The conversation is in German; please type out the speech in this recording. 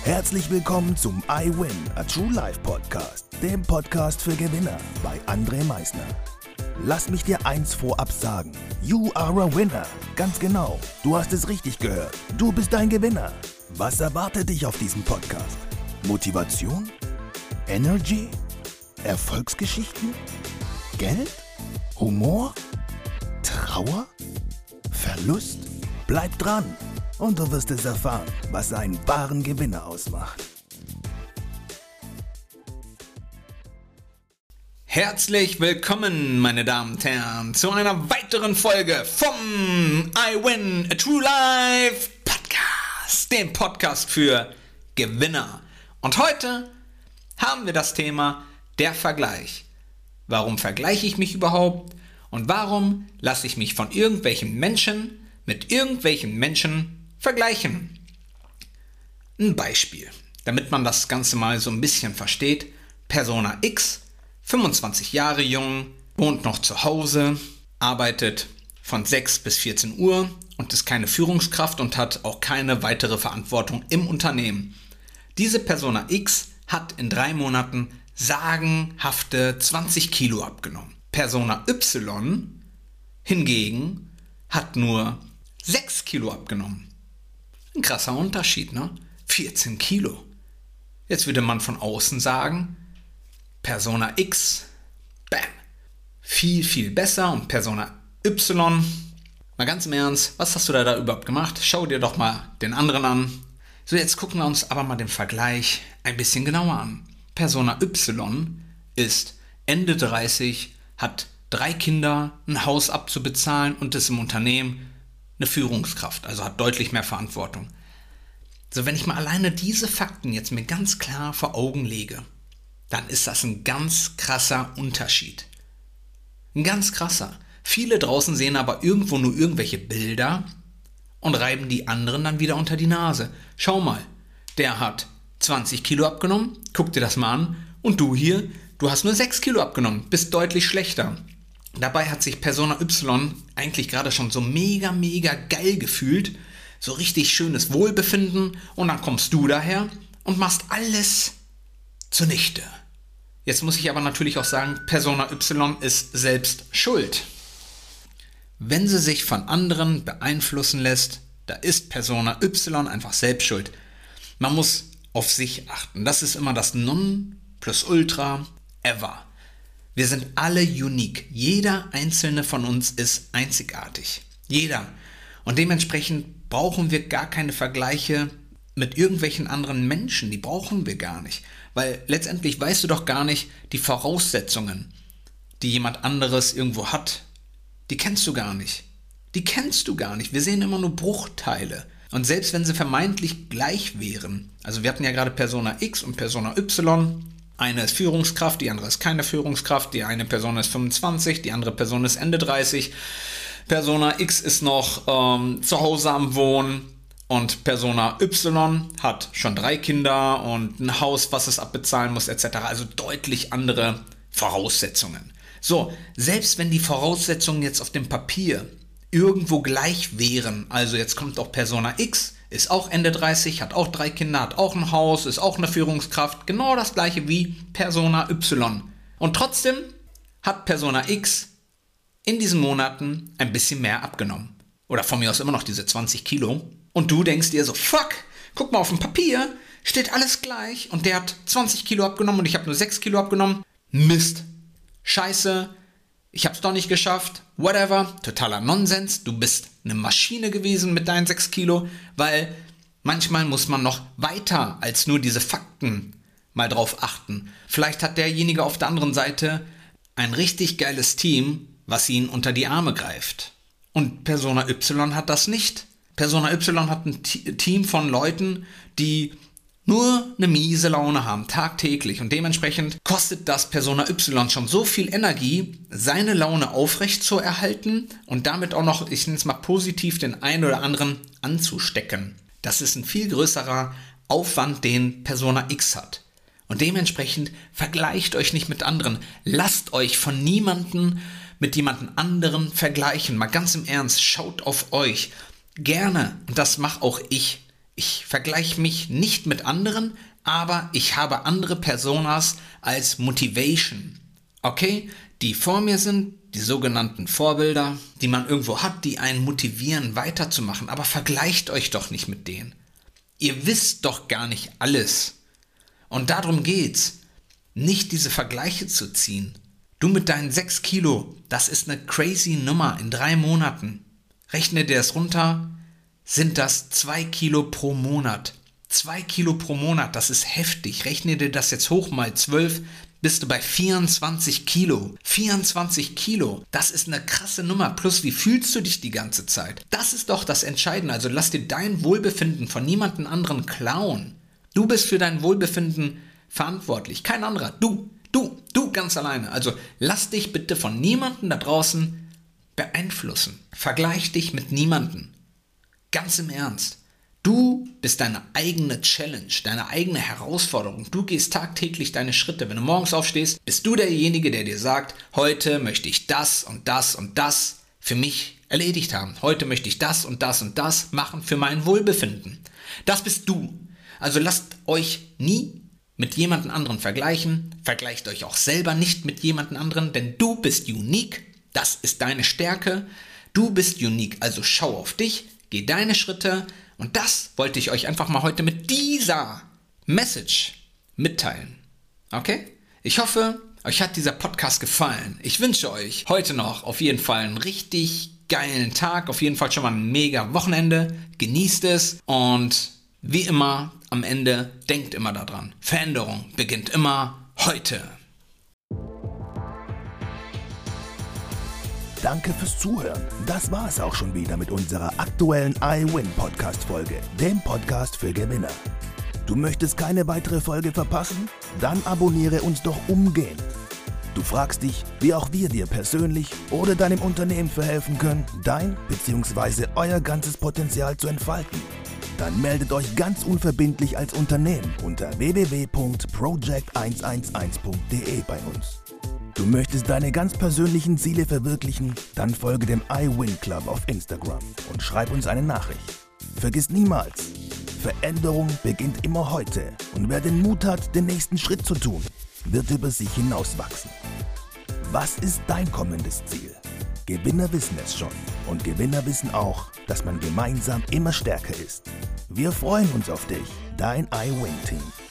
Herzlich willkommen zum I Win, a True Life Podcast, dem Podcast für Gewinner bei André Meisner. Lass mich dir eins vorab sagen. You are a winner. Ganz genau. Du hast es richtig gehört. Du bist ein Gewinner. Was erwartet dich auf diesem Podcast? Motivation? Energy? Erfolgsgeschichten? Geld? Humor? Trauer? Verlust? Bleib dran und du wirst es erfahren, was einen wahren Gewinner ausmacht. Herzlich willkommen, meine Damen und Herren, zu einer weiteren Folge vom I Win, a True Life Podcast, dem Podcast für Gewinner. Und heute haben wir das Thema der Vergleich. Warum vergleiche ich mich überhaupt und warum lasse ich mich von irgendwelchen Menschen mit irgendwelchen Menschen vergleichen? Ein Beispiel, damit man das Ganze mal so ein bisschen versteht. Persona X, 25 Jahre jung, wohnt noch zu Hause, arbeitet von 6 bis 14 Uhr und ist keine Führungskraft und hat auch keine weitere Verantwortung im Unternehmen. Diese Persona X hat in 3 Monaten sagenhafte 20 Kilo abgenommen. Persona Y hingegen hat nur 6 Kilo abgenommen. Ein krasser Unterschied, ne? 14 Kilo. Jetzt würde man von außen sagen, Persona X, bam, viel, viel besser und Persona Y, mal ganz im Ernst, was hast du da überhaupt gemacht? Schau dir doch mal den anderen an. So, jetzt gucken wir uns aber mal den Vergleich ein bisschen genauer an. Persona Y ist Ende 30, hat 3 Kinder, ein Haus abzubezahlen und ist im Unternehmen eine Führungskraft, also hat deutlich mehr Verantwortung. So, wenn ich mal alleine diese Fakten jetzt mir ganz klar vor Augen lege, dann ist das ein ganz krasser Unterschied. Ein ganz krasser. Viele draußen sehen aber irgendwo nur irgendwelche Bilder und reiben die anderen dann wieder unter die Nase. Schau mal, der hat 20 Kilo abgenommen, guck dir das mal an, und du hier, du hast nur 6 Kilo abgenommen, bist deutlich schlechter. Dabei hat sich Persona Y eigentlich gerade schon so mega, mega geil gefühlt, so richtig schönes Wohlbefinden, und dann kommst du daher und machst alles zunichte. Jetzt muss ich aber natürlich auch sagen, Persona Y ist selbst schuld. Wenn sie sich von anderen beeinflussen lässt, da ist Persona Y einfach selbst schuld. Man muss auf sich achten. Das ist immer das Nonplusultra ever. Wir sind alle unique. Jeder einzelne von uns ist einzigartig. Jeder. Und dementsprechend brauchen wir gar keine Vergleiche mit irgendwelchen anderen Menschen. Die brauchen wir gar nicht. Weil letztendlich weißt du doch gar nicht die Voraussetzungen, die jemand anderes irgendwo hat. Die kennst du gar nicht. Die kennst du gar nicht. Wir sehen immer nur Bruchteile. Und selbst wenn sie vermeintlich gleich wären, also wir hatten ja gerade Persona X und Persona Y, eine ist Führungskraft, die andere ist keine Führungskraft, die eine Person ist 25, die andere Person ist Ende 30, Persona X ist noch zu Hause am Wohnen und Persona Y hat schon 3 Kinder und ein Haus, was es abbezahlen muss, etc. Also deutlich andere Voraussetzungen. So, selbst wenn die Voraussetzungen jetzt auf dem Papier irgendwo gleich wären, also jetzt kommt auch Persona X, ist auch Ende 30, hat auch 3 Kinder, hat auch ein Haus, ist auch eine Führungskraft, genau das gleiche wie Persona Y. Und trotzdem hat Persona X in diesen Monaten ein bisschen mehr abgenommen. Oder von mir aus immer noch diese 20 Kilo. Und du denkst dir so, fuck, guck mal auf dem Papier, steht alles gleich und der hat 20 Kilo abgenommen und ich habe nur 6 Kilo abgenommen. Mist, scheiße, ich habe es doch nicht geschafft, whatever, totaler Nonsens, du bist eine Maschine gewesen mit deinen 6 Kilo, weil manchmal muss man noch weiter als nur diese Fakten mal drauf achten. Vielleicht hat derjenige auf der anderen Seite ein richtig geiles Team, was ihn unter die Arme greift. Und Persona Y hat das nicht. Persona Y hat ein Team von Leuten, die nur eine miese Laune haben, tagtäglich. Und dementsprechend kostet das Persona Y schon so viel Energie, seine Laune aufrecht zu erhalten und damit auch noch, ich nenne es mal positiv, den einen oder anderen anzustecken. Das ist ein viel größerer Aufwand, den Persona X hat. Und dementsprechend vergleicht euch nicht mit anderen. Lasst euch von niemandem mit jemandem anderen vergleichen. Mal ganz im Ernst, schaut auf euch. Gerne, und das mache auch ich, Ich vergleiche mich nicht mit anderen, aber ich habe andere Personas als Motivation. Okay? Die vor mir sind, die sogenannten Vorbilder, die man irgendwo hat, die einen motivieren, weiterzumachen. Aber vergleicht euch doch nicht mit denen. Ihr wisst doch gar nicht alles. Und darum geht's. Nicht diese Vergleiche zu ziehen. Du mit deinen 6 Kilo, das ist eine crazy Nummer in 3 Monaten. Rechne dir das runter, sind das 2 Kilo pro Monat. 2 Kilo pro Monat, das ist heftig. Rechne dir das jetzt hoch mal 12, bist du bei 24 Kilo. 24 Kilo, das ist eine krasse Nummer. Plus, wie fühlst du dich die ganze Zeit? Das ist doch das Entscheidende. Also lass dir dein Wohlbefinden von niemandem anderen klauen. Du bist für dein Wohlbefinden verantwortlich. Kein anderer. Du ganz alleine. Also lass dich bitte von niemandem da draußen beeinflussen. Vergleich dich mit niemandem. Ganz im Ernst. Du bist deine eigene Challenge, deine eigene Herausforderung. Du gehst tagtäglich deine Schritte. Wenn du morgens aufstehst, bist du derjenige, der dir sagt, heute möchte ich das und das und das für mich erledigt haben. Heute möchte ich das und das und das machen für mein Wohlbefinden. Das bist du. Also lasst euch nie mit jemandem anderen vergleichen. Vergleicht euch auch selber nicht mit jemandem anderen, denn du bist unique. Das ist deine Stärke. Du bist unique. Also schau auf dich, geh deine Schritte. Und das wollte ich euch einfach mal heute mit dieser Message mitteilen. Okay? Ich hoffe, euch hat dieser Podcast gefallen. Ich wünsche euch heute noch auf jeden Fall einen richtig geilen Tag. Auf jeden Fall schon mal ein mega Wochenende. Genießt es und wie immer am Ende denkt immer daran. Veränderung beginnt immer heute. Danke fürs Zuhören. Das war es auch schon wieder mit unserer aktuellen iWin-Podcast-Folge, dem Podcast für Gewinner. Du möchtest keine weitere Folge verpassen? Dann abonniere uns doch umgehend. Du fragst dich, wie auch wir dir persönlich oder deinem Unternehmen verhelfen können, dein bzw. euer ganzes Potenzial zu entfalten. Dann meldet euch ganz unverbindlich als Unternehmen unter www.project111.de bei uns. Du möchtest deine ganz persönlichen Ziele verwirklichen? Dann folge dem iWin Club auf Instagram und schreib uns eine Nachricht. Vergiss niemals, Veränderung beginnt immer heute und wer den Mut hat, den nächsten Schritt zu tun, wird über sich hinauswachsen. Was ist dein kommendes Ziel? Gewinner wissen es schon und Gewinner wissen auch, dass man gemeinsam immer stärker ist. Wir freuen uns auf dich, dein iWin-Team.